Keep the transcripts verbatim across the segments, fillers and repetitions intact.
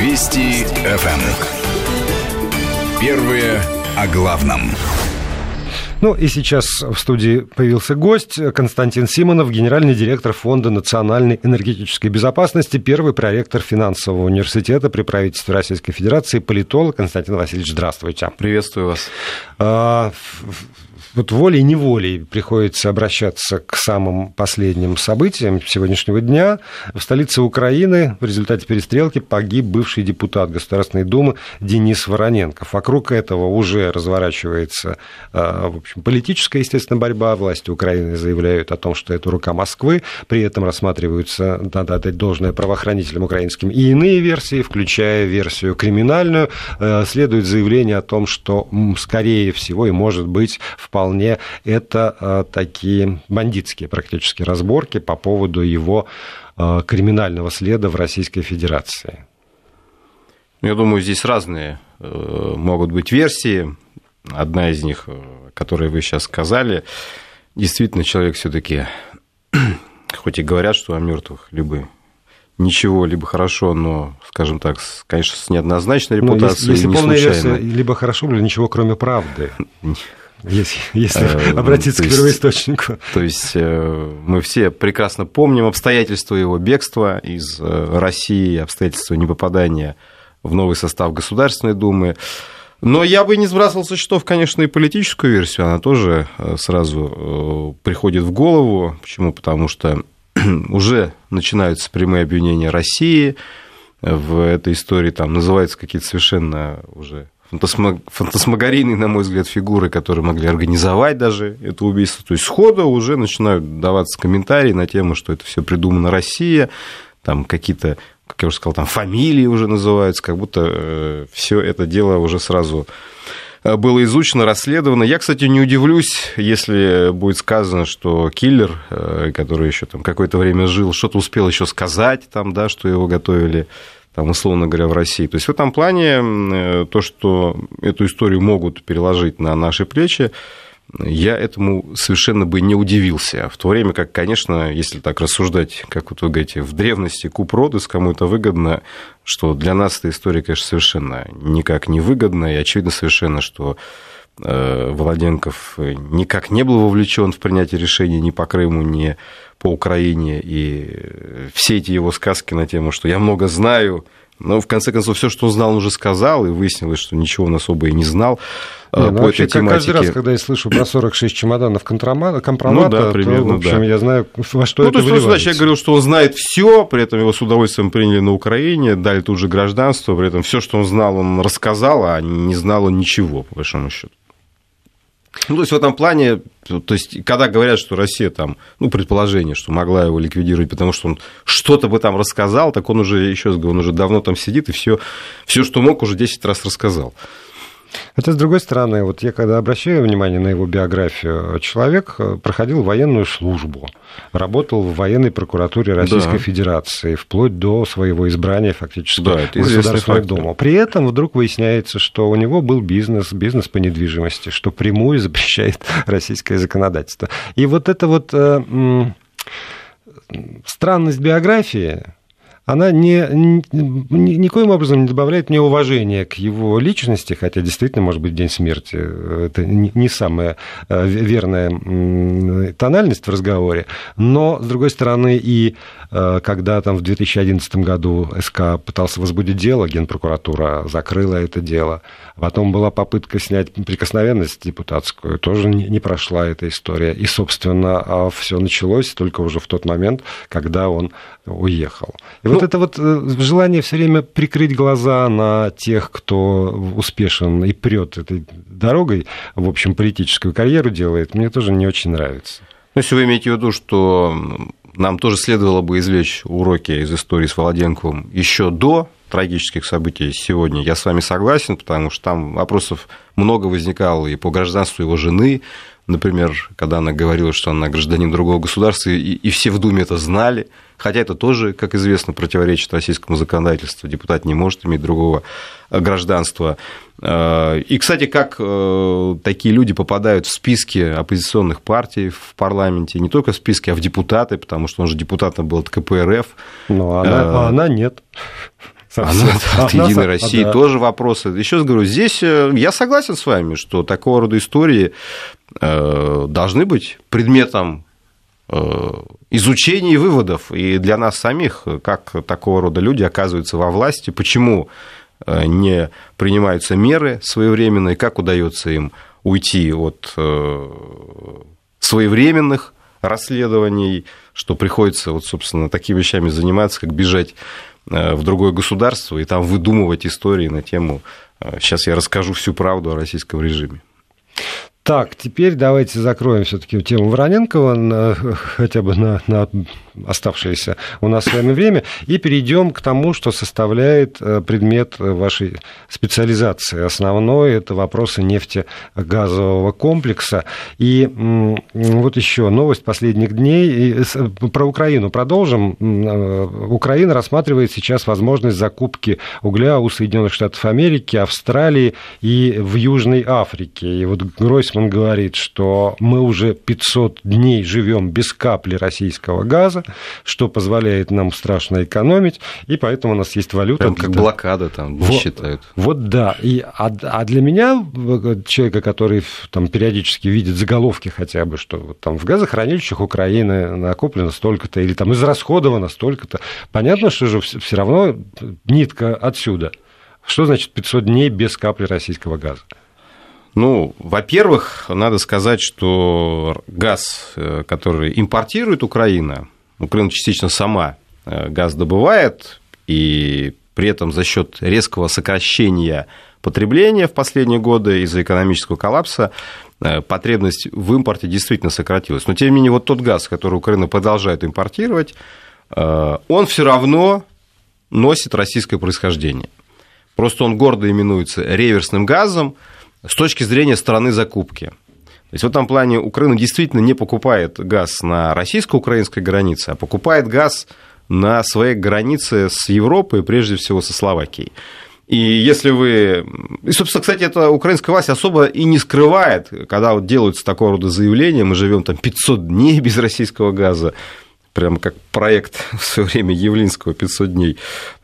Вести эф эм. Первые о главном. Ну и сейчас в студии появился гость Константин Симонов, генеральный директор Фонда национальной энергетической безопасности, первый проректор финансового университета при правительстве Российской Федерации, политолог. Константин Васильевич, здравствуйте. Приветствую вас. А, вот волей-неволей приходится обращаться к самым последним событиям сегодняшнего дня. В столице Украины в результате перестрелки погиб бывший депутат Государственной Думы Денис Вороненко. Вокруг этого уже разворачивается, в общем, политическая, естественно, борьба. Власти Украины заявляют о том, что это рука Москвы. При этом рассматриваются, надо отдать должное правоохранителям украинским, и иные версии, включая версию криминальную. Следует заявление о том, что, скорее всего, и может быть, вполне Вполне это а, такие бандитские практически разборки по поводу его а, криминального следа в Российской Федерации. Я думаю, здесь разные э, могут быть версии. Одна из них, которую вы сейчас сказали, действительно человек все-таки, хоть и говорят, что о мертвых либо ничего, либо хорошо, но, скажем так, конечно, с неоднозначной репутацией. Ну, если не полная случайно. версия, либо хорошо, либо ничего, кроме правды. Если, если э, обратиться к первоисточнику. То есть э, мы все прекрасно помним обстоятельства его бегства из э, России, обстоятельства непопадания в новый состав Государственной Думы. Но я бы не сбрасывал со счетов, конечно, и политическую версию. Она тоже сразу э, приходит в голову. Почему? Потому что уже начинаются прямые обвинения России в этой истории. Там называются какие-то совершенно уже фантасмагорийные, на мой взгляд, фигуры, которые могли организовать даже это убийство. То есть сходу уже начинают даваться комментарии на тему, что это все придумано Россия, там какие-то, как я уже сказал, там фамилии уже называются, как будто все это дело уже сразу было изучено, расследовано. Я, кстати, не удивлюсь, если будет сказано, что киллер, который еще там какое-то время жил, что-то успел еще сказать, там, да, что его готовили, там, условно говоря, в России. То есть в этом плане то, что эту историю могут переложить на наши плечи, я этому совершенно бы не удивился. В то время как, конечно, если так рассуждать, как вот вы говорите, в древности куп родес, кому это выгодно, что для нас эта история, конечно, совершенно никак не выгодна, и очевидно совершенно, что Володенков никак не был вовлечен в принятие решений ни по Крыму, ни по Украине, и все эти его сказки на тему, что я много знаю, но в конце концов все, что он знал, он уже сказал, и выяснилось, что ничего он особо и не знал. Не, ну, по вообще, этой тематике. Каждый раз, когда я слышу про сорок шесть чемоданов компромата, ну, да, примерно, то, в общем, да. я знаю, во что ну, это то есть, выливается. Значит, я говорил, что он знает все, при этом его с удовольствием приняли на Украине, дали тут же гражданство, при этом все, что он знал, он рассказал, а не знал он ничего, по большому счету. Ну, то есть в этом плане, то есть, когда говорят, что Россия там, ну, предположение, что могла его ликвидировать, потому что он что-то бы там рассказал, так он уже, еще раз говорю, он уже давно там сидит и все, все, что мог, уже десять раз рассказал. Хотя, с другой стороны, вот я когда обращаю внимание на его биографию, человек проходил военную службу, работал в военной прокуратуре Российской да. Федерации, вплоть до своего избрания фактически да, в Государственную Думу. При этом вдруг выясняется, что у него был бизнес, бизнес по недвижимости, что прямую запрещает российское законодательство. И вот эта вот э, м- странность биографии, она не, ни, никоим образом не добавляет мне уважения к его личности, хотя действительно, может быть, день смерти – это не самая верная тональность в разговоре, но, с другой стороны, и когда там в две тысячи одиннадцатом году СК пытался возбудить дело, Генпрокуратура закрыла это дело, потом была попытка снять прикосновенность депутатскую, тоже не прошла эта история, и, собственно, все началось только уже в тот момент, когда он уехал. И ну, вот это вот желание все время прикрыть глаза на тех, кто успешен и прет этой дорогой, в общем, политическую карьеру делает, мне тоже не очень нравится. Ну, если вы имеете в виду, что нам тоже следовало бы извлечь уроки из истории с Володенковым еще до трагических событий сегодня, я с вами согласен, потому что там вопросов много возникало и по гражданству его жены, например, когда она говорила, что она гражданин другого государства, и, и все в Думе это знали, хотя это тоже, как известно, противоречит российскому законодательству, депутат не может иметь другого гражданства. И, кстати, как такие люди попадают в списки оппозиционных партий в парламенте, не только в списки, а в депутаты, потому что он же депутатом был от ка пэ эр эф. Ну, а она, а она нет. А от, от «Единой России» да. тоже вопросы. Еще раз говорю, здесь я согласен с вами, что такого рода истории должны быть предметом изучения и выводов. И для нас самих, как такого рода люди оказываются во власти, почему не принимаются меры своевременные, как удается им уйти от своевременных расследований, что приходится, вот, собственно, такими вещами заниматься, как бежать в другое государство и там выдумывать истории на тему «сейчас я расскажу всю правду о российском режиме». Так, теперь давайте закроем все-таки тему Вороненкова на, хотя бы на, на оставшееся у нас с вами время и перейдем к тому, что составляет предмет вашей специализации. Основной – это вопросы нефтегазового комплекса. И вот еще новость последних дней. И про Украину продолжим. Украина рассматривает сейчас возможность закупки угля у Соединенных Штатов Америки, Австралии и в Южной Африке. И вот Гройсман говорит, что мы уже пятьсот дней живем без капли российского газа, что позволяет нам страшно экономить, и поэтому у нас есть валюта. Прям как блокада там вот, считают. Вот да. И, а, а для меня, человека, который там периодически видит заголовки хотя бы, что вот там в газохранилищах Украины накоплено столько-то, или там израсходовано столько-то, понятно, что же все равно нитка отсюда. Что значит пятьсот дней без капли российского газа? Ну, во-первых, надо сказать, что газ, который импортирует Украина, Украина частично сама газ добывает, и при этом за счет резкого сокращения потребления в последние годы из-за экономического коллапса потребность в импорте действительно сократилась. Но, тем не менее, вот тот газ, который Украина продолжает импортировать, он все равно носит российское происхождение. Просто он гордо именуется реверсным газом с точки зрения стороны закупки. То есть в этом плане Украина действительно не покупает газ на российско-украинской границе, а покупает газ на своей границе с Европой, прежде всего со Словакией. И если вы... И, собственно, кстати, это украинская власть особо и не скрывает, когда вот делаются такого рода заявления, мы живем там пятьсот дней без российского газа, прямо как проект в свое время Явлинского «пятьсот дней»,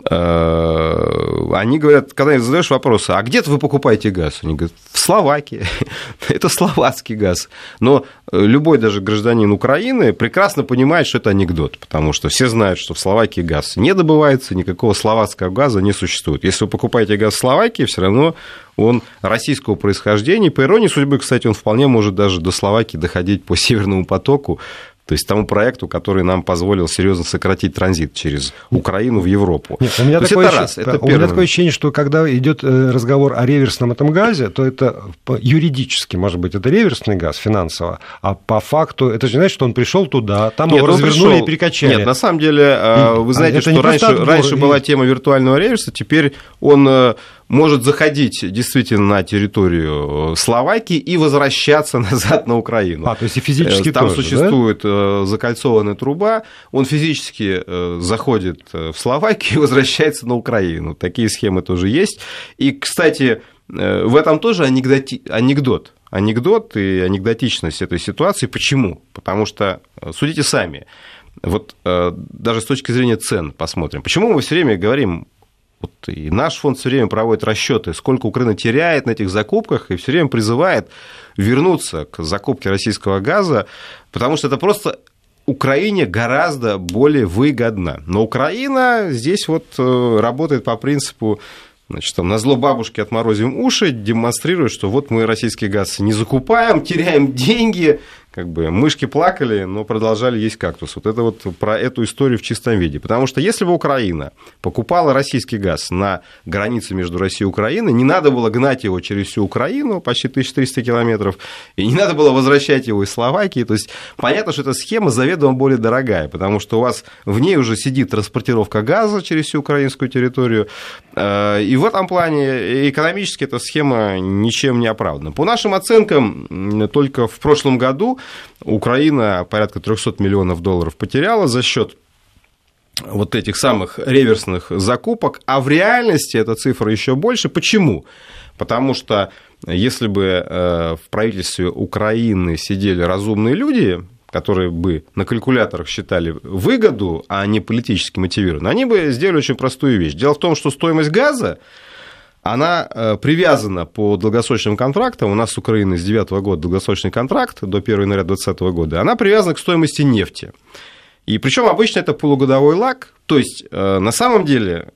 они говорят, когда им задаешь вопросы, а где-то вы покупаете газ? Они говорят, в Словакии, это словацкий газ. Но любой даже гражданин Украины прекрасно понимает, что это анекдот, потому что все знают, что в Словакии газ не добывается, никакого словацкого газа не существует. Если вы покупаете газ в Словакии, все равно он российского происхождения. По иронии судьбы, кстати, он вполне может даже до Словакии доходить по Северному потоку, то есть тому проекту, который нам позволил серьезно сократить транзит через Украину в Европу. Нет, у меня, такое, это раз, это у меня такое ощущение, что когда идет разговор о реверсном этом газе, то это юридически, может быть, это реверсный газ финансово, а по факту это же не значит, что он пришел туда, там Нет, его развернули пришел... и перекачали. Нет, на самом деле, вы знаете, это что раньше, раньше и... была тема виртуального реверса, теперь он может заходить действительно на территорию Словакии и возвращаться назад на Украину. А, то есть и физически Там тоже, существует да? закольцованная труба, он физически заходит в Словакию и возвращается на Украину. Такие схемы тоже есть. И, кстати, в этом тоже анекдоти... анекдот. Анекдот и анекдотичность этой ситуации. Почему? Потому что, судите сами, вот даже с точки зрения цен посмотрим. Почему мы все время говорим, вот и наш фонд все время проводит расчеты, сколько Украина теряет на этих закупках, и все время призывает вернуться к закупке российского газа, потому что это просто Украине гораздо более выгодно. Но Украина здесь вот работает по принципу, значит, там, назло бабушке отморозим уши, демонстрирует, что вот мы российский газ не закупаем, теряем деньги, как бы мышки плакали, но продолжали есть кактус. Вот это вот про эту историю в чистом виде. Потому что если бы Украина покупала российский газ на границе между Россией и Украиной, не надо было гнать его через всю Украину, почти тысяча триста километров, и не надо было возвращать его из Словакии. То есть понятно, что эта схема заведомо более дорогая, потому что у вас в ней уже сидит транспортировка газа через всю украинскую территорию. И в этом плане экономически эта схема ничем не оправдана. По нашим оценкам, только в прошлом году Украина порядка триста миллионов долларов потеряла за счет вот этих самых реверсных закупок, а в реальности эта цифра еще больше. Почему? Потому что если бы в правительстве Украины сидели разумные люди, которые бы на калькуляторах считали выгоду, а не политически мотивированы, они бы сделали очень простую вещь. Дело в том, что стоимость газа, она привязана по долгосрочным контрактам. У нас с Украиной с две тысячи девятого года долгосрочный контракт до первого января две тысячи двадцатого года. Она привязана к стоимости нефти. И причем обычно это полугодовой лаг. То есть, на самом деле,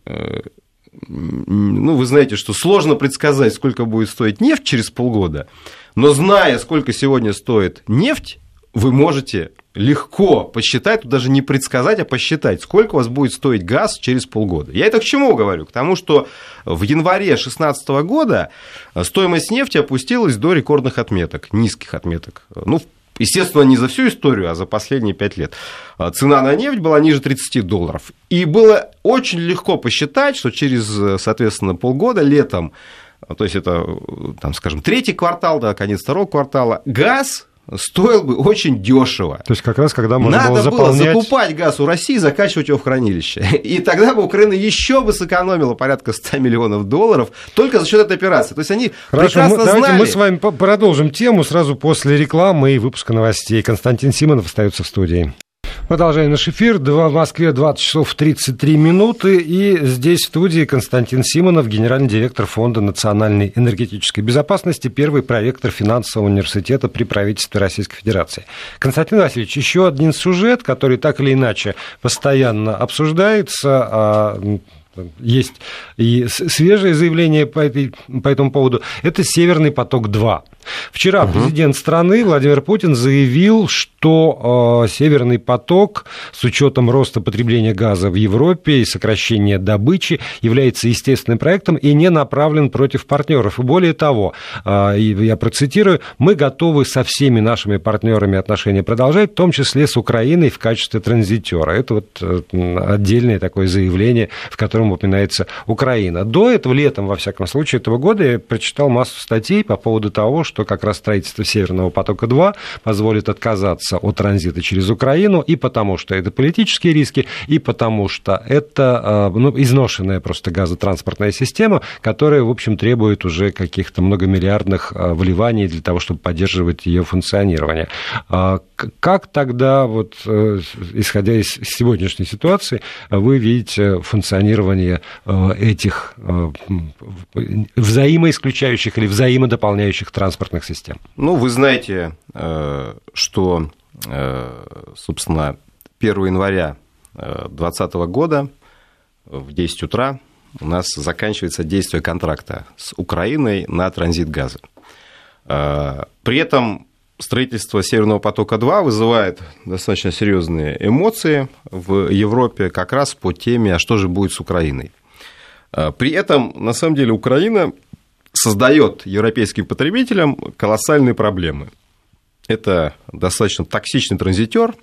ну, вы знаете, что сложно предсказать, сколько будет стоить нефть через полгода. Но зная, сколько сегодня стоит нефть, вы можете легко посчитать, даже не предсказать, а посчитать, сколько у вас будет стоить газ через полгода. Я это к чему говорю? К тому, что в январе две тысячи шестнадцатого года стоимость нефти опустилась до рекордных отметок, низких отметок. Ну, естественно, не за всю историю, а за последние пять лет. Цена на нефть была ниже тридцати долларов. И было очень легко посчитать, что через, соответственно, полгода, летом, то есть это, там, скажем, третий квартал, да, конец второго квартала, газ стоил бы очень дешево. То есть как раз когда можно Надо было заполнять... было закупать газ у России и закачивать его в хранилище. И тогда бы Украина еще бы сэкономила порядка ста миллионов долларов только за счет этой операции. То есть они Хорошо, прекрасно мы, знали... Давайте мы с вами продолжим тему сразу после рекламы и выпуска новостей. Константин Симонов остается в студии. Продолжаем наш эфир. В Москве двадцать часов тридцать три минуты. И здесь в студии Константин Симонов, генеральный директор Фонда национальной энергетической безопасности, первый проректор финансового университета при правительстве Российской Федерации. Константин Васильевич, еще один сюжет, который так или иначе постоянно обсуждается, есть и свежее заявление по, этой, по этому поводу, это «Северный поток-два». Вчера угу. президент страны Владимир Путин заявил, что э, «Северный поток» с учетом роста потребления газа в Европе и сокращения добычи является естественным проектом и не направлен против партнеров. И более того, э, я процитирую, «Мы готовы со всеми нашими партнерами отношения продолжать, в том числе с Украиной в качестве транзитера». Это вот э, отдельное такое заявление, в котором упоминается Украина. До этого, летом, во всяком случае, этого года я прочитал массу статей по поводу того, что как раз строительство «Северного потока-два» позволит отказаться от транзита через Украину, и потому что это политические риски, и потому что это ну, изношенная просто газотранспортная система, которая, в общем, требует уже каких-то многомиллиардных вливаний для того, чтобы поддерживать ее функционирование. Как тогда, вот, исходя из сегодняшней ситуации, вы видите функционирование этих взаимоисключающих или взаимодополняющих транспортных систем? Ну, вы знаете, что, собственно, первого января две тысячи двадцатого года в десять утра у нас заканчивается действие контракта с Украиной на транзит газа. При этом строительство «Северного потока-два» вызывает достаточно серьезные эмоции в Европе как раз по теме, а что же будет с Украиной. При этом, на самом деле, Украина создает европейским потребителям колоссальные проблемы. Это достаточно токсичный транзитер.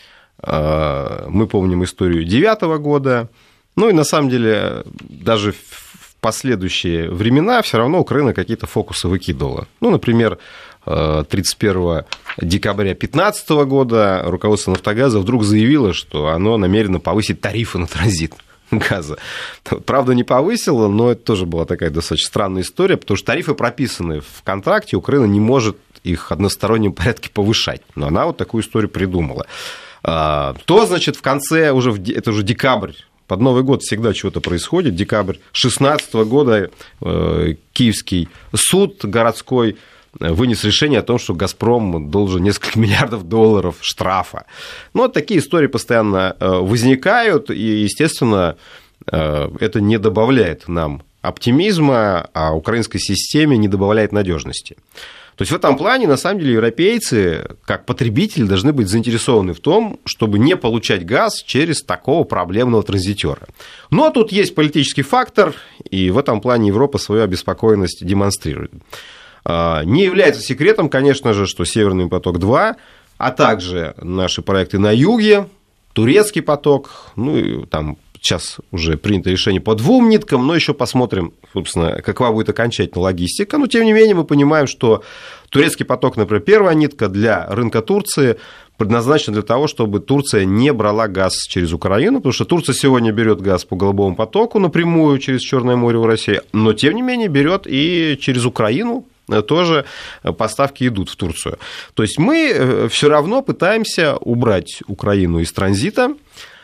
Мы помним историю две тысячи девятого года. Ну и на самом деле даже в последующие времена все равно Украина какие-то фокусы выкидывала. Ну, например, тридцать первого декабря две тысячи пятнадцатого года руководство «Нафтогаза» вдруг заявило, что оно намерено повысить тарифы на транзит газа. Правда, не повысило, но это тоже была такая достаточно странная история, потому что тарифы прописаны в контракте, Украина не может их в одностороннем порядке повышать. Но она вот такую историю придумала. То, значит, в конце, уже в, это уже декабрь, под Новый год всегда чего-то происходит, декабрь две тысячи шестнадцатого года э, Киевский суд городской вынес решение о том, что «Газпром» должен несколько миллиардов долларов штрафа. Ну, вот такие истории постоянно возникают, и, естественно, это не добавляет нам оптимизма, а украинской системе не добавляет надежности. То есть в этом плане, на самом деле, европейцы, как потребители, должны быть заинтересованы в том, чтобы не получать газ через такого проблемного транзитера. Но тут есть политический фактор, и в этом плане Европа свою обеспокоенность демонстрирует. Не является секретом, конечно же, что «Северный поток-два», а также наши проекты на юге, турецкий поток, ну и там сейчас уже принято решение по двум ниткам, но еще посмотрим, собственно, какова будет окончательная логистика. Но, тем не менее, мы понимаем, что турецкий поток, например, первая нитка для рынка Турции предназначена для того, чтобы Турция не брала газ через Украину, потому что Турция сегодня берет газ по Голубому потоку напрямую через Черное море в России, но, тем не менее, берет и через Украину тоже поставки идут в Турцию. То есть мы все равно пытаемся убрать Украину из транзита,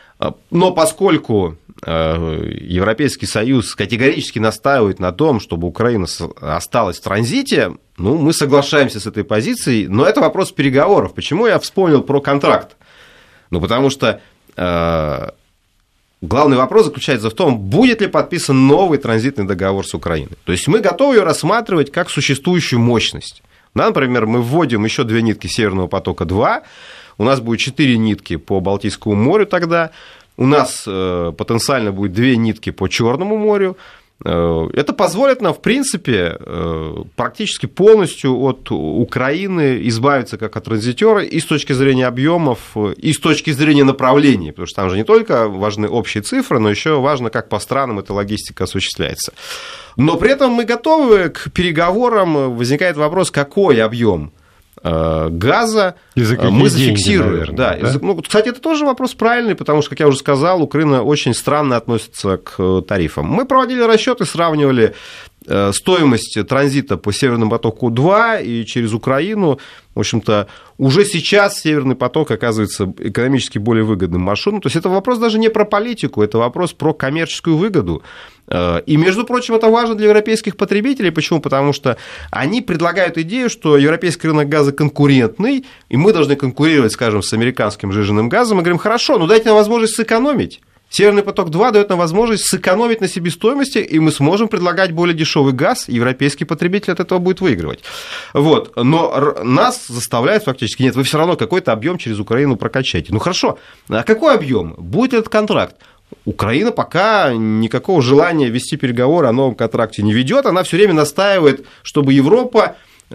но поскольку Европейский Союз категорически настаивает на том, чтобы Украина осталась в транзите, ну, мы соглашаемся с этой позицией, но это вопрос переговоров. Почему я вспомнил про контракт? Ну, потому что э, главный вопрос заключается в том, будет ли подписан новый транзитный договор с Украиной. То есть мы готовы ее рассматривать как существующую мощность. Да, например, мы вводим еще две нитки Северного потока-два, у нас будет четыре нитки по Балтийскому морю тогда, у нас э, потенциально будет две нитки по Черному морю. Э, это позволит нам, в принципе, э, практически полностью от Украины избавиться как от транзитера и с точки зрения объемов, и с точки зрения направлений, потому что там же не только важны общие цифры, но еще важно, как по странам эта логистика осуществляется. Но при этом мы готовы к переговорам. Возникает вопрос, какой объем газа мы зафиксируем. Деньги, наверное, да. Да? Ну, кстати, это тоже вопрос правильный, потому что, как я уже сказал, Украина очень странно относится к тарифам. Мы проводили расчеты, сравнивали стоимость транзита по Северному потоку-два и через Украину. В общем-то, уже сейчас Северный поток оказывается экономически более выгодным маршрутом. То есть это вопрос даже не про политику, это вопрос про коммерческую выгоду. И, между прочим, это важно для европейских потребителей. Почему? Потому что они предлагают идею, что европейский рынок газа конкурентный, и мы должны конкурировать, скажем, с американским сжиженным газом. Мы говорим, хорошо, ну дайте нам возможность сэкономить. Северный поток-два дает нам возможность сэкономить на себестоимости, и мы сможем предлагать более дешевый газ, и европейский потребитель от этого будет выигрывать. Вот. Но нас заставляют фактически, нет, вы все равно какой-то объем через Украину прокачаете. Ну хорошо, а какой объем? Будет ли этот контракт? Украина пока никакого желания вести переговоры о новом контракте не ведет, она все время настаивает, чтобы Европа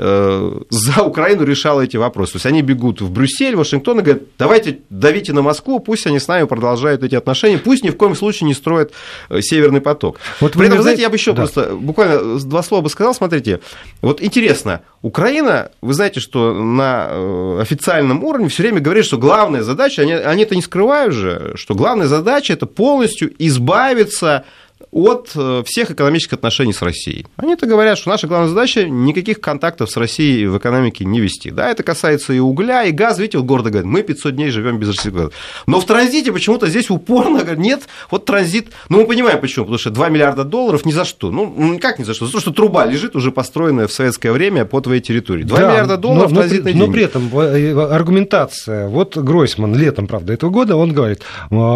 за Украину решала эти вопросы. То есть они бегут в Брюссель, в Вашингтон и говорят, давайте давите на Москву, пусть они с нами продолжают эти отношения, пусть ни в коем случае не строят Северный поток. Вот при этом, знаете, я бы еще да. просто буквально два слова бы сказал, смотрите, вот интересно, Украина, вы знаете, что на официальном уровне все время говорит, что главная задача, они, они это не скрывают же, что главная задача это полностью избавиться от всех экономических отношений с Россией. Они-то говорят, что наша главная задача никаких контактов с Россией в экономике не вести. Да, это касается и угля, и газа. Видите, вот гордо говорят, мы пятьсот дней живем без российского газа. Но в транзите почему-то здесь упорно говорят, нет, вот транзит, ну мы понимаем почему, потому что два миллиарда долларов ни за что. Ну, никак ни за что. За то, что труба лежит уже построенная в советское время по твоей территории. два да, миллиарда долларов но, транзитные но, деньги. Но при этом аргументация. Вот Гройсман летом, правда, этого года, он говорит,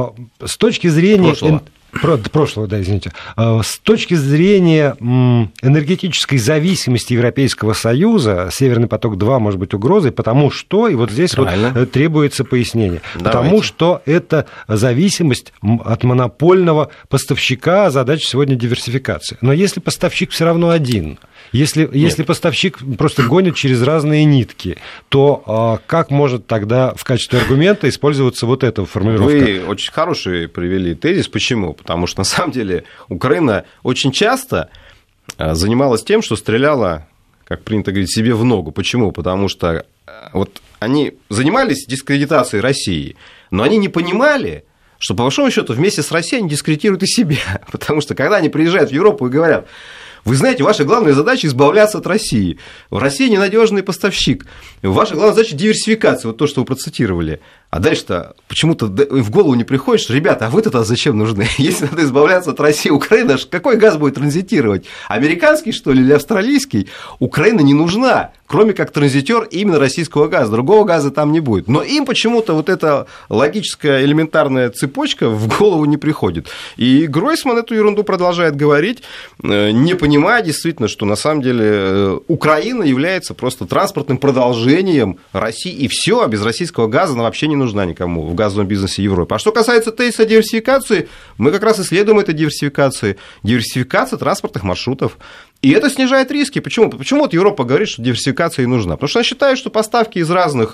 с точки зрения... Прошлого. Прошлого, да, извините. С точки зрения энергетической зависимости Европейского Союза Северный поток-два может быть угрозой, потому что, и вот здесь вот требуется пояснение, Давайте. потому что это зависимость от монопольного поставщика, а задача сегодня диверсификация. Но если поставщик все равно один, если, если поставщик просто гонит через разные нитки, то как может тогда в качестве аргумента использоваться вот эта формулировка? Вы очень хороший привели тезис. Почему? Потому что, на самом деле, Украина очень часто занималась тем, что стреляла, как принято говорить, себе в ногу. Почему? Потому что вот они занимались дискредитацией России, но они не понимали, что, по большому счету, вместе с Россией они дискредитируют и себя. Потому что, когда они приезжают в Европу и говорят... Вы знаете, ваша главная задача – избавляться от России. В России ненадежный поставщик. Ваша главная задача – диверсификация, вот то, что вы процитировали. А дальше-то почему-то в голову не приходит, что, ребята, а вы тогда зачем нужны? Если надо избавляться от России, Украина, какой газ будет транзитировать? Американский, что ли, или австралийский? Украина не нужна, кроме как транзитер именно российского газа. Другого газа там не будет. Но им почему-то вот эта логическая элементарная цепочка в голову не приходит. И Гройсман эту ерунду продолжает говорить, не понимая действительно, что на самом деле Украина является просто транспортным продолжением России, и все, а без российского газа она вообще не нужна никому в газовом бизнесе Европы. А что касается тезиса диверсификации, мы как раз исследуем эту диверсификацию. Диверсификация транспортных маршрутов. И это снижает риски. Почему? Почему вот Европа говорит, что диверсификация ей нужна? Потому что она считает, что поставки из разных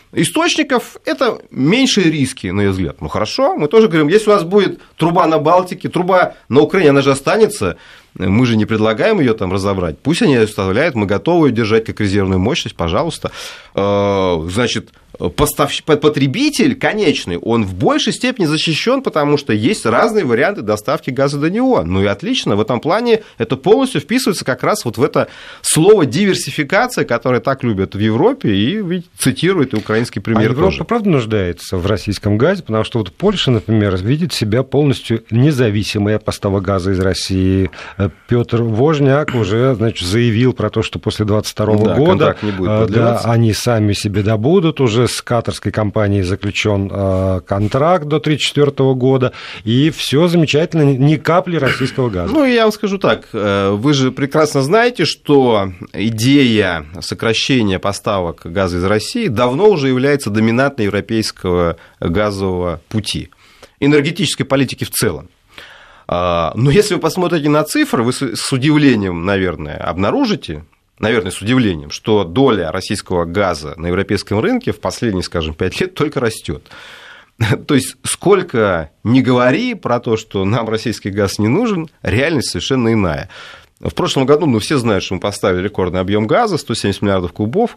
источников, это меньшие риски, на ее взгляд. Ну хорошо, мы тоже говорим, если у нас будет труба на Балтике, труба на Украине, она же останется, мы же не предлагаем ее там разобрать, пусть они ее оставляют, мы готовы ее держать как резервную мощность, пожалуйста. Значит, поставщик, потребитель конечный, он в большей степени защищен, потому что есть разные варианты доставки газа до него. Ну и отлично, в этом плане это полностью вписывается как раз вот в это слово диверсификация, которое так любят в Европе, и ведь цитирует и украинский премьер. А Европа тоже. правда нуждается в российском газе, потому что вот Польша, например, видит себя полностью независимой от поставок газа из России. Петр Вожняк уже, значит, заявил про то, что после двадцать второго да, года не будет да, они сами себе добудут. Уже с катарской компанией заключен контракт до тридцать четвёртого года, и все замечательно, ни капли российского газа. Ну, я вам скажу так, вы же прекрасно знаете, что идея сокращения поставок газа из России давно уже является доминантной европейского газового пути, энергетической политики в целом. Но если вы посмотрите на цифры, вы с удивлением, наверное, обнаружите, наверное, с удивлением, что доля российского газа на европейском рынке в последние, скажем, пять лет только растет. То есть, сколько ни говори про то, что нам российский газ не нужен, реальность совершенно иная. В прошлом году, ну, все знают, что мы поставили рекордный объем газа, сто семьдесят миллиардов кубов,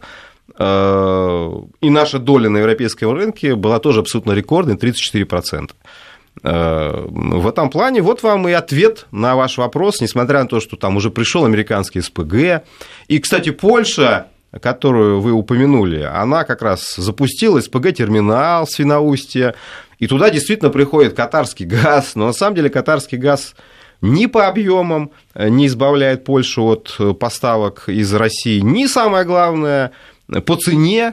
и наша доля на европейском рынке была тоже абсолютно рекордной, тридцать четыре процента. В этом плане вот вам и ответ на ваш вопрос, несмотря на то, что там уже пришел американский эс пэ гэ. И, кстати, Польша, которую вы упомянули, она как раз запустила эс пэ гэ-терминал в Свиноустье, и туда действительно приходит катарский газ, но на самом деле катарский газ ни по объемам не избавляет Польшу от поставок из России, ни, самое главное, по цене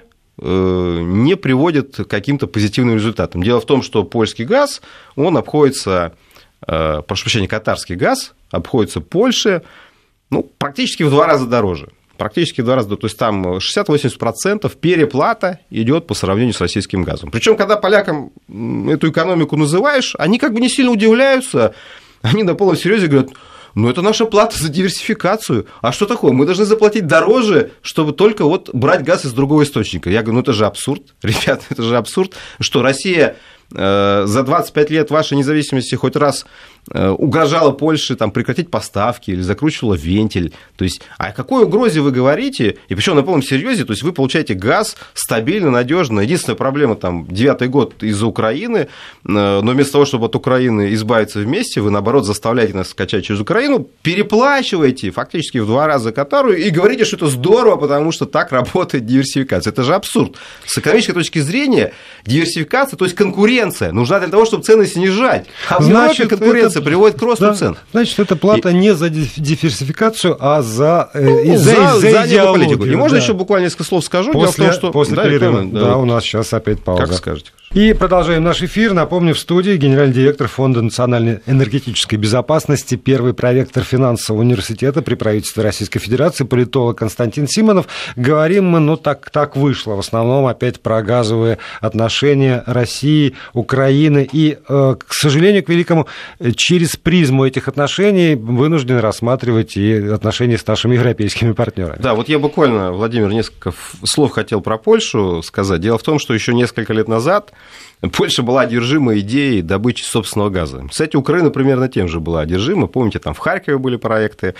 не приводит к каким-то позитивным результатам. Дело в том, что польский газ, он обходится, прошу прощения, катарский газ обходится Польше, ну, практически в два раза дороже. Практически в два раза, то есть там шестьдесят-восемьдесят процентов переплата идет по сравнению с российским газом. Причем, когда полякам эту экономику называешь, они как бы не сильно удивляются, они на полном серьезе говорят: ну, это наша плата за диверсификацию. А что такое? Мы должны заплатить дороже, чтобы только вот брать газ из другого источника. Я говорю, ну, это же абсурд. Ребята, это же абсурд, что Россия э, за двадцать пять лет вашей независимости хоть раз э, угрожала Польше там, прекратить поставки или закручивала вентиль. То есть, о какой угрозе вы говорите? И причем на полном серьезе, то есть вы получаете газ стабильно, надежно. Единственная проблема, там, девятый год из-за Украины, э, но вместо того, чтобы от Украины избавиться вместе, вы, наоборот, заставляете нас скачать через Украину, переплачиваете фактически в два раза Катару и говорите, что это здорово, потому что так работает диверсификация. Это же абсурд. С экономической точки зрения диверсификация, то есть конкуренция, нужна для того, чтобы цены снижать. А в Европе конкуренция это приводит к росту да, цен. Значит, это плата и... не за диверсификацию, а за, ну, за, за, за, за идеологию. Политику. И можно да. еще буквально несколько слов скажу. После, Дело в том, что... после да, перерыва. Да, да, у нас сейчас опять пауза. Как скажете. И продолжаем наш эфир. Напомню, в студии генеральный директор Фонда национальной энергетической безопасности, первый проректор финансового университета при правительстве Российской Федерации, политолог Константин Симонов. Говорим мы, ну так, так вышло, в основном опять про газовые отношения России, Украины. И, к сожалению, к великому, через призму этих отношений вынуждены рассматривать и отношения с нашими европейскими партнерами. Да, вот я буквально, Владимир, несколько слов хотел про Польшу сказать. Дело в том, что еще несколько лет назад Польша была одержима идеей добычи собственного газа. Кстати, Украина примерно тем же была одержима. Помните, там в Харькове были проекты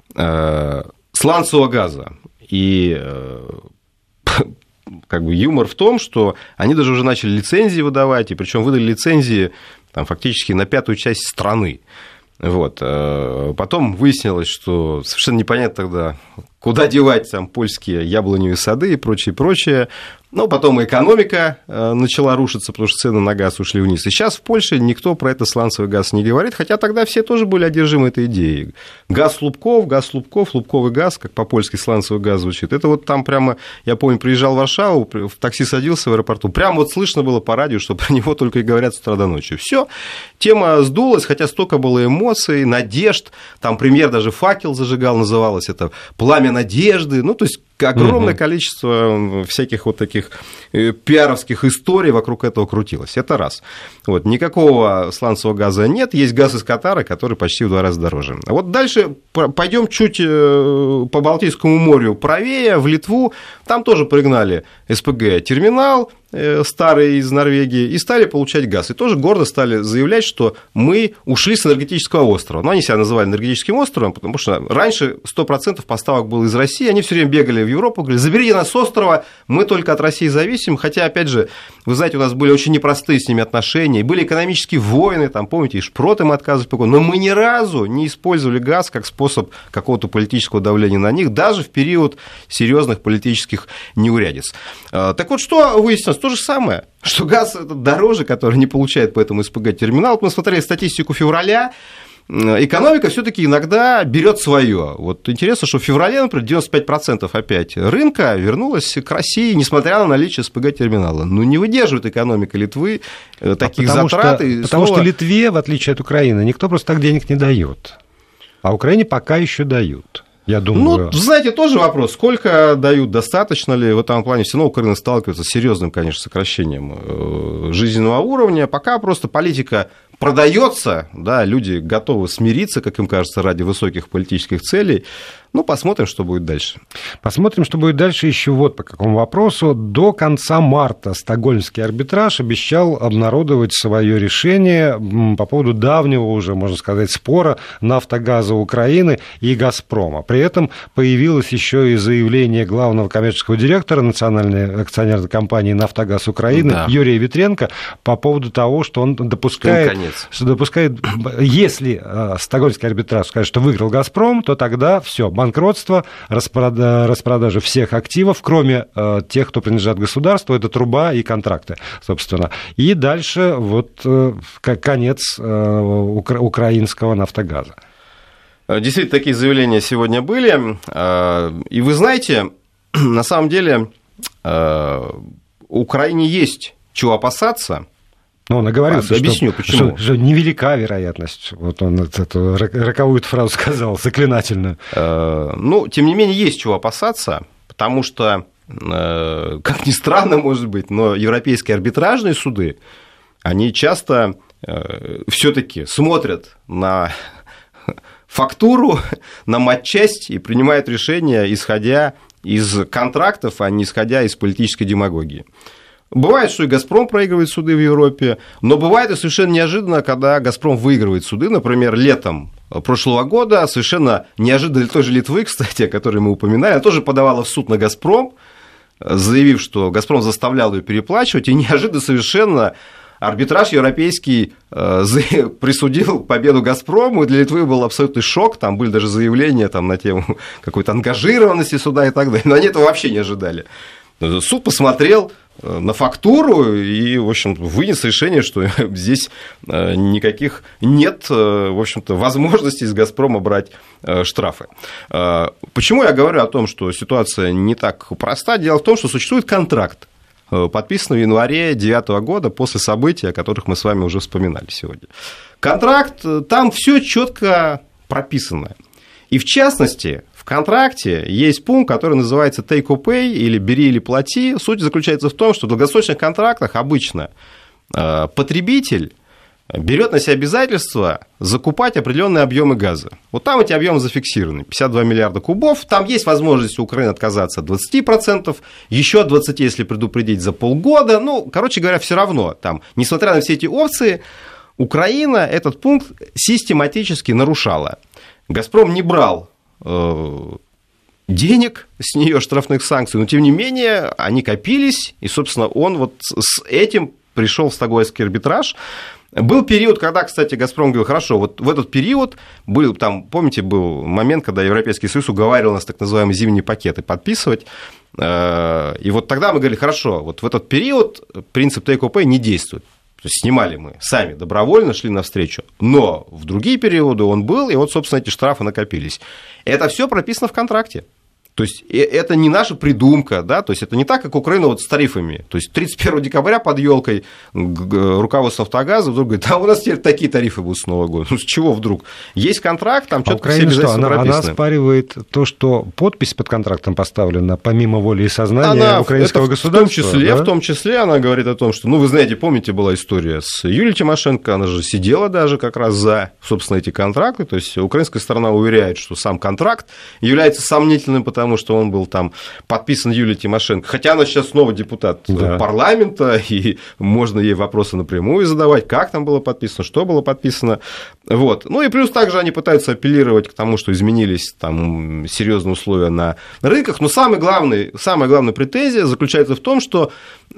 э, сланцевого газа. И э, как бы юмор в том, что они даже уже начали лицензии выдавать, и причем выдали лицензии там, фактически на пятую часть страны. Вот. Потом выяснилось, что совершенно непонятно тогда, куда девать там польские яблоневые сады и прочее, прочее. Но потом и экономика начала рушиться, потому что цены на газ ушли вниз. И сейчас в Польше никто про это сланцевый газ не говорит, хотя тогда все тоже были одержимы этой идеей. Газ Лубков, газ Лубков, лубковый газ, как по-польски сланцевый газ звучит. Это вот там прямо, я помню, приезжал в Варшаву, в такси садился в аэропорту, прямо вот слышно было по радио, что про него только и говорят с утра до ночи. Все, тема сдулась, хотя столько было эмоций, надежд. Там премьер даже «Факел» зажигал, называлось это «Пламя надежды». Ну, то есть огромное угу. количество всяких вот таких пиаровских историй вокруг этого крутилось. Это раз. Вот. Никакого сланцевого газа нет, есть газ из Катара, который почти в два раза дороже. А вот дальше пойдем чуть по Балтийскому морю правее, в Литву, там тоже пригнали СПГ-терминал, старые из Норвегии, и стали получать газ. И тоже гордо стали заявлять, что мы ушли с энергетического острова. Но они себя называли энергетическим островом, потому что раньше сто процентов поставок было из России, они все время бегали в Европу, говорили, заберите нас с острова, мы только от России зависим. Хотя, опять же, вы знаете, у нас были очень непростые с ними отношения, были экономические войны, там, помните, и шпроты мы отказывались, но мы ни разу не использовали газ как способ какого-то политического давления на них, даже в период серьезных политических неурядиц. Так вот, что выяснилось? То же самое, что газ этот дороже, который не получает по этому СПГ-терминалу. Вот мы смотрели статистику февраля, экономика все-таки иногда берет свое. Вот интересно, что в феврале, например, девяносто пять процентов опять рынка вернулось к России, несмотря на наличие СПГ-терминала. Ну, не выдерживает экономика Литвы таких а потому затрат. Что, и потому снова... что Литве, в отличие от Украины, никто просто так денег не дает. А Украине пока еще дают. Я думаю... Ну, знаете, тоже вопрос, сколько дают, достаточно ли, в этом плане все равно Украина сталкивается с серьезным, конечно, сокращением жизненного уровня, пока просто политика продается, да, люди готовы смириться, как им кажется, ради высоких политических целей. Ну, посмотрим, что будет дальше. Посмотрим, что будет дальше еще вот по какому вопросу. До конца марта Стокгольмский арбитраж обещал обнародовать свое решение по поводу давнего уже, можно сказать, спора «Нафтогаза Украины» и «Газпрома». При этом появилось еще и заявление главного коммерческого директора национальной акционерной компании «Нафтогаз Украины» да. Юрия Витренко по поводу того, что он допускает, что допускает, если Стокгольмский арбитраж скажет, что выиграл «Газпром», то тогда все, банкротство, распродажа, распродажа всех активов, кроме э, тех, кто принадлежат государству, это труба и контракты, собственно. И дальше вот э, конец э, укра- украинского «Нафтогаза». Действительно, такие заявления сегодня были. И вы знаете, на самом деле, Украине есть чего опасаться. Ну, он оговорился, объясню, что, почему. Что, что невелика вероятность. Вот он эту роковую фразу сказал, заклинательную. Ну, тем не менее, есть чего опасаться, потому что, как ни странно, может быть, но европейские арбитражные суды, они часто все-таки смотрят на фактуру, на матчасть и принимают решения, исходя из контрактов, а не исходя из политической демагогии. Бывает, что и «Газпром» проигрывает суды в Европе, но бывает и совершенно неожиданно, когда «Газпром» выигрывает суды. Например, летом прошлого года совершенно неожиданно для той же Литвы, кстати, о которой мы упоминали, она тоже подавала в суд на «Газпром», заявив, что «Газпром» заставлял ее переплачивать, и неожиданно совершенно арбитраж европейский присудил победу «Газпрому», и для Литвы был абсолютный шок, там были даже заявления там, на тему какой-то ангажированности суда и так далее, но они этого вообще не ожидали. Суд посмотрел на фактуру и, в общем, вынес решение, что здесь никаких нет, в общем-то, возможности из «Газпрома» брать штрафы. Почему я говорю о том, что ситуация не так проста? Дело в том, что существует контракт, подписанный в январе две тысячи девятого года после событий, о которых мы с вами уже вспоминали сегодня. Контракт, там все четко прописано. И в частности, в контракте есть пункт, который называется take or pay, или бери или плати. Суть заключается в том, что в долгосрочных контрактах обычно потребитель берет на себя обязательство закупать определенные объемы газа. Вот там эти объемы зафиксированы, пятьдесят два миллиарда кубов, там есть возможность у Украины отказаться от двадцати процентов, еще от двадцати процентов, если предупредить, за полгода. Ну, короче говоря, все равно, там, несмотря на все эти опции, Украина этот пункт систематически нарушала. «Газпром» не брал э, денег с нее, штрафных санкций, но, тем не менее, они копились, и, собственно, он вот с этим пришел в Стокгольмский арбитраж. Был период, когда, кстати, «Газпром» говорил, хорошо, вот в этот период был, там, помните, был момент, когда Европейский Союз уговаривал нас так называемые зимние пакеты подписывать, и вот тогда мы говорили, хорошо, вот в этот период принцип take or pay не действует. То есть снимали мы сами добровольно, шли навстречу, но в другие периоды он был, и вот, собственно, эти штрафы накопились. Это все прописано в контракте. То есть это не наша придумка, да, то есть это не так, как Украина вот с тарифами. То есть тридцать первого декабря под елкой руководство «Нафтогаза» вдруг говорит, а у нас теперь такие тарифы будут с Нового года. Ну с чего вдруг? Есть контракт, там а четко все обязательства она, прописаны. Она оспаривает то, что подпись под контрактом поставлена помимо воли и сознания она, украинского это государства. В том, числе, да? в том числе она говорит о том, что, ну вы знаете, помните, была история с Юлией Тимошенко, она же сидела даже как раз за, собственно, эти контракты. То есть украинская сторона уверяет, что сам контракт является сомнительным, потому что он был там подписан Юлией Тимошенко. Хотя она сейчас снова депутат да. парламента, и можно ей вопросы напрямую задавать, как там было подписано, что было подписано. Вот. Ну и плюс также они пытаются апеллировать к тому, что изменились там серьезные условия на рынках. Но самый главный, самая главная претензия заключается в том, что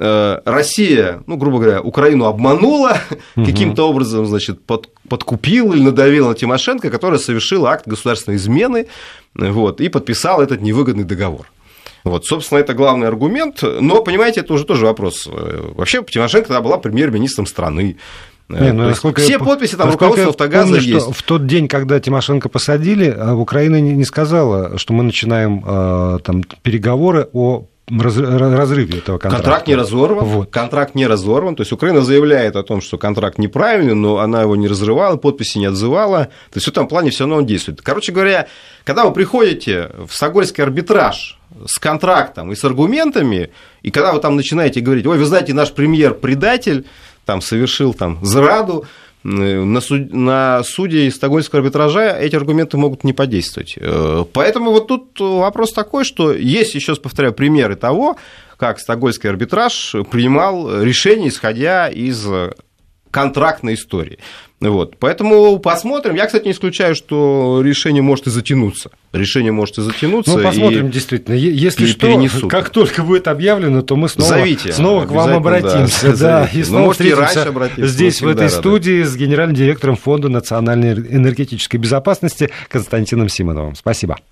Россия, ну, грубо говоря, Украину обманула, угу. каким-то образом, значит, под, подкупила или надавила на Тимошенко, которая совершила акт государственной измены, вот, и подписала этот невыгодный договор. Вот, собственно, это главный аргумент. Но, понимаете, это уже тоже вопрос. Вообще, Тимошенко тогда была премьер-министром страны. Не, ну, насколько все я, подписи там руководства «Нафтогаза» есть. Что в тот день, когда Тимошенко посадили, Украина не сказала, что мы начинаем там, переговоры о разрыве этого контракта. Контракт не разорван. Вот. Контракт не разорван. То есть Украина заявляет о том, что контракт неправильный, но она его не разрывала, подписи не отзывала. То есть в этом плане все равно он действует. Короче говоря, когда вы приходите в Стокгольмский арбитраж с контрактом и с аргументами, и когда вы там начинаете говорить, ой, вы знаете, наш премьер предатель, там совершил там зраду, на, суд... на судей Стокгольмского арбитража эти аргументы могут не подействовать. Поэтому вот тут вопрос такой, что есть, еще раз повторяю, примеры того, как Стокгольмский арбитраж принимал решения, исходя из контрактной истории. Вот. Поэтому посмотрим. Я, кстати, не исключаю, что решение может и затянуться. Решение может и затянуться. Ну, посмотрим, и... действительно. Если что, перенесут. Как только будет объявлено, то мы снова, Зовите, снова к вам обратимся. Да, да, и снова ну, встретимся здесь, в этой рады. студии, с генеральным директором Фонда национальной энергетической безопасности Константином Симоновым. Спасибо.